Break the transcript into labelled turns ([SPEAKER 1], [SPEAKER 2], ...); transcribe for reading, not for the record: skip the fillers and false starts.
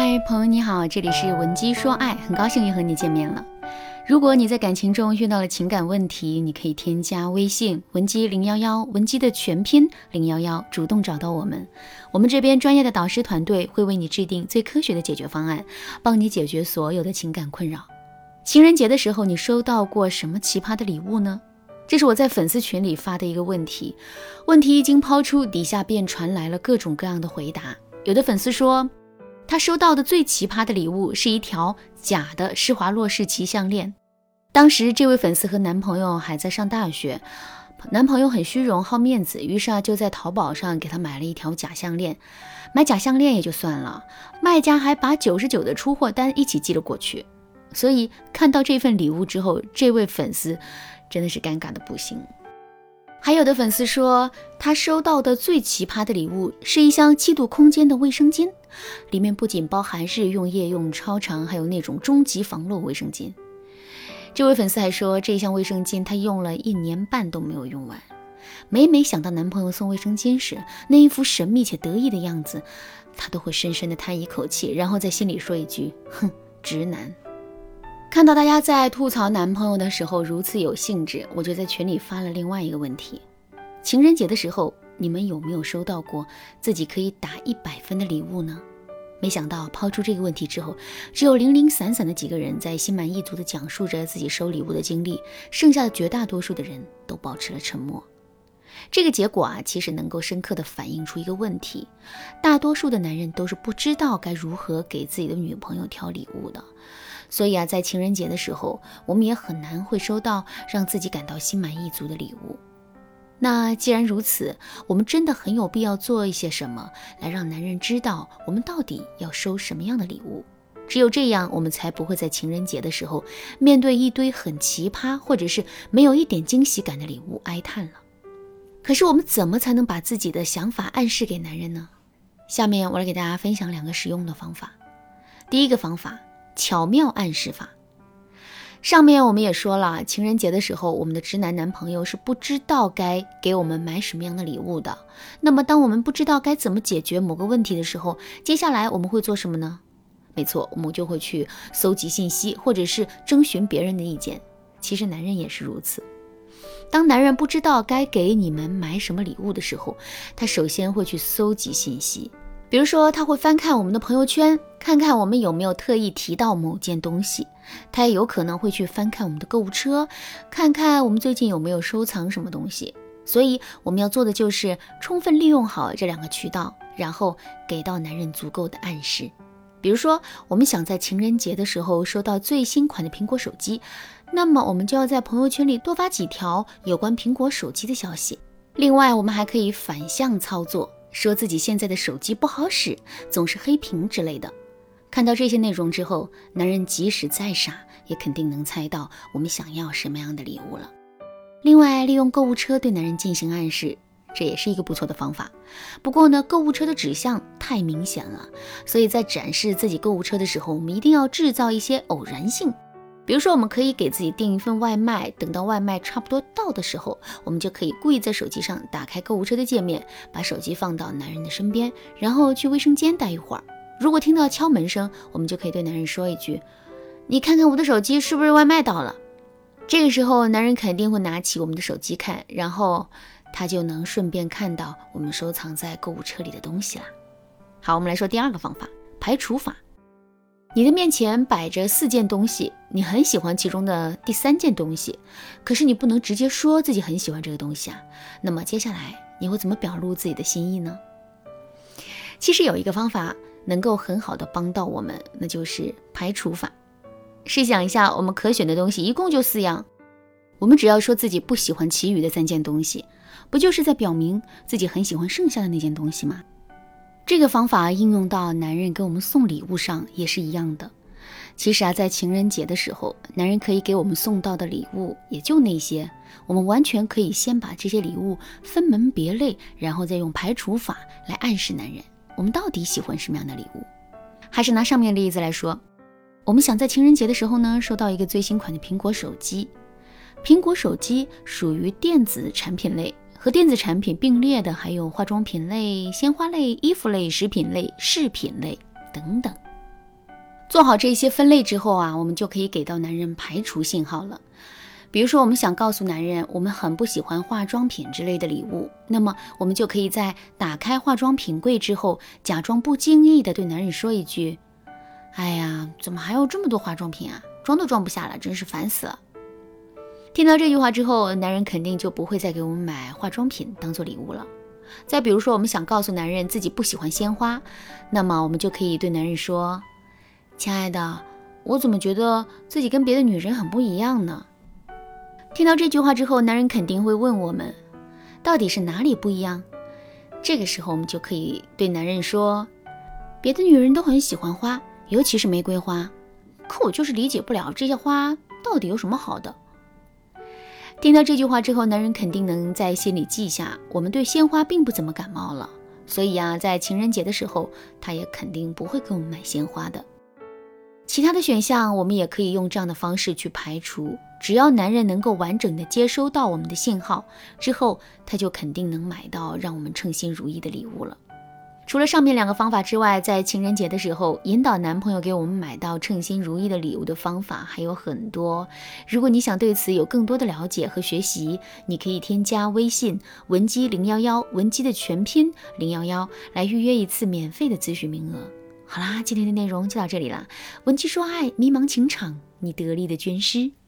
[SPEAKER 1] 嗨，朋友你好，这里是文姬说爱，很高兴又和你见面了。如果你在感情中遇到了情感问题，你可以添加微信文姬011，文姬的全拼011，主动找到我们。我们这边专业的导师团队会为你制定最科学的解决方案，帮你解决所有的情感困扰。情人节的时候，你收到过什么奇葩的礼物呢？这是我在粉丝群里发的一个问题，问题一经抛出，底下便传来了各种各样的回答。有的粉丝说，他收到的最奇葩的礼物是一条假的施华洛世奇项链。当时这位粉丝和男朋友还在上大学，男朋友很虚荣好面子，于是就在淘宝上给他买了一条假项链。买假项链也就算了，卖家还把99的出货单一起寄了过去。所以看到这份礼物之后，这位粉丝真的是尴尬的不行。还有的粉丝说，他收到的最奇葩的礼物是一箱7度空间的卫生巾，里面不仅包含日用、夜用、超长，还有那种终极防漏卫生巾。这位粉丝还说，这一箱卫生巾他用了1年半都没有用完。每想到男朋友送卫生巾时那一副神秘且得意的样子，他都会深深地叹一口气，然后在心里说一句，哼，直男。看到大家在吐槽男朋友的时候如此有兴致，我就在群里发了另外一个问题：情人节的时候，你们有没有收到过自己可以打100分的礼物呢？没想到抛出这个问题之后，只有零零散散的几个人在心满意足地讲述着自己收礼物的经历，剩下的绝大多数的人都保持了沉默。这个结果其实能够深刻地反映出一个问题：大多数的男人都是不知道该如何给自己的女朋友挑礼物的。所以在情人节的时候，我们也很难会收到让自己感到心满意足的礼物。那既然如此，我们真的很有必要做一些什么，来让男人知道我们到底要收什么样的礼物。只有这样，我们才不会在情人节的时候，面对一堆很奇葩或者是没有一点惊喜感的礼物哀叹了。可是我们怎么才能把自己的想法暗示给男人呢？下面我来给大家分享2个实用的方法。第一个方法，巧妙暗示法。上面我们也说了，情人节的时候，我们的直男男朋友是不知道该给我们买什么样的礼物的。那么当我们不知道该怎么解决某个问题的时候，接下来我们会做什么呢？没错，我们就会去搜集信息，或者是征询别人的意见。其实男人也是如此。当男人不知道该给你们买什么礼物的时候，他首先会去搜集信息。比如说，他会翻看我们的朋友圈，看看我们有没有特意提到某件东西。他也有可能会去翻看我们的购物车，看看我们最近有没有收藏什么东西。所以我们要做的就是充分利用好这2个渠道，然后给到男人足够的暗示。比如说，我们想在情人节的时候收到最新款的苹果手机，那么我们就要在朋友圈里多发几条有关苹果手机的消息。另外，我们还可以反向操作，说自己现在的手机不好使，总是黑屏之类的。看到这些内容之后，男人即使再傻，也肯定能猜到我们想要什么样的礼物了。另外，利用购物车对男人进行暗示，这也是一个不错的方法。不过呢，购物车的指向太明显了，所以在展示自己购物车的时候，我们一定要制造一些偶然性。比如说，我们可以给自己订一份外卖，等到外卖差不多到的时候，我们就可以故意在手机上打开购物车的界面，把手机放到男人的身边，然后去卫生间待一会儿。如果听到敲门声，我们就可以对男人说一句，你看看我的手机是不是外卖到了。这个时候男人肯定会拿起我们的手机看，然后他就能顺便看到我们收藏在购物车里的东西啦。好，我们来说第2个方法，排除法。你的面前摆着4件东西，你很喜欢其中的第3件东西，可是你不能直接说自己很喜欢这个东西啊。那么接下来你会怎么表露自己的心意呢？其实有一个方法能够很好的帮到我们，那就是排除法。试想一下，我们可选的东西一共就4样，我们只要说自己不喜欢其余的3件东西，不就是在表明自己很喜欢剩下的那件东西吗？这个方法应用到男人给我们送礼物上也是一样的。其实在情人节的时候，男人可以给我们送到的礼物也就那些，我们完全可以先把这些礼物分门别类，然后再用排除法来暗示男人我们到底喜欢什么样的礼物。还是拿上面的例子来说，我们想在情人节的时候呢，收到一个最新款的苹果手机。苹果手机属于电子产品类，和电子产品并列的还有化妆品类、鲜花类、衣服类、食品类、饰品类等等。 做好这些分类之后啊，我们就可以给到男人排除信号了。比如说，我们想告诉男人我们很不喜欢化妆品之类的礼物，那么我们就可以在打开化妆品柜之后，假装不经意的对男人说一句：哎呀，怎么还有这么多化妆品啊，装都装不下了，真是烦死了。听到这句话之后，男人肯定就不会再给我们买化妆品当做礼物了。再比如说，我们想告诉男人自己不喜欢鲜花，那么我们就可以对男人说：亲爱的，我怎么觉得自己跟别的女人很不一样呢？听到这句话之后，男人肯定会问我们，到底是哪里不一样？这个时候我们就可以对男人说，别的女人都很喜欢花，尤其是玫瑰花，可我就是理解不了这些花到底有什么好的。听到这句话之后，男人肯定能在心里记下，我们对鲜花并不怎么感冒了，所以啊，在情人节的时候，他也肯定不会给我们买鲜花的。其他的选项我们也可以用这样的方式去排除，只要男人能够完整的接收到我们的信号之后，他就肯定能买到让我们称心如意的礼物了。除了上面2个方法之外，在情人节的时候引导男朋友给我们买到称心如意的礼物的方法还有很多。如果你想对此有更多的了解和学习，你可以添加微信文姬011，文姬的全拼011，来预约一次免费的咨询名额。好啦，今天的内容就到这里啦。文姬说爱，迷茫情场，你得力的军师。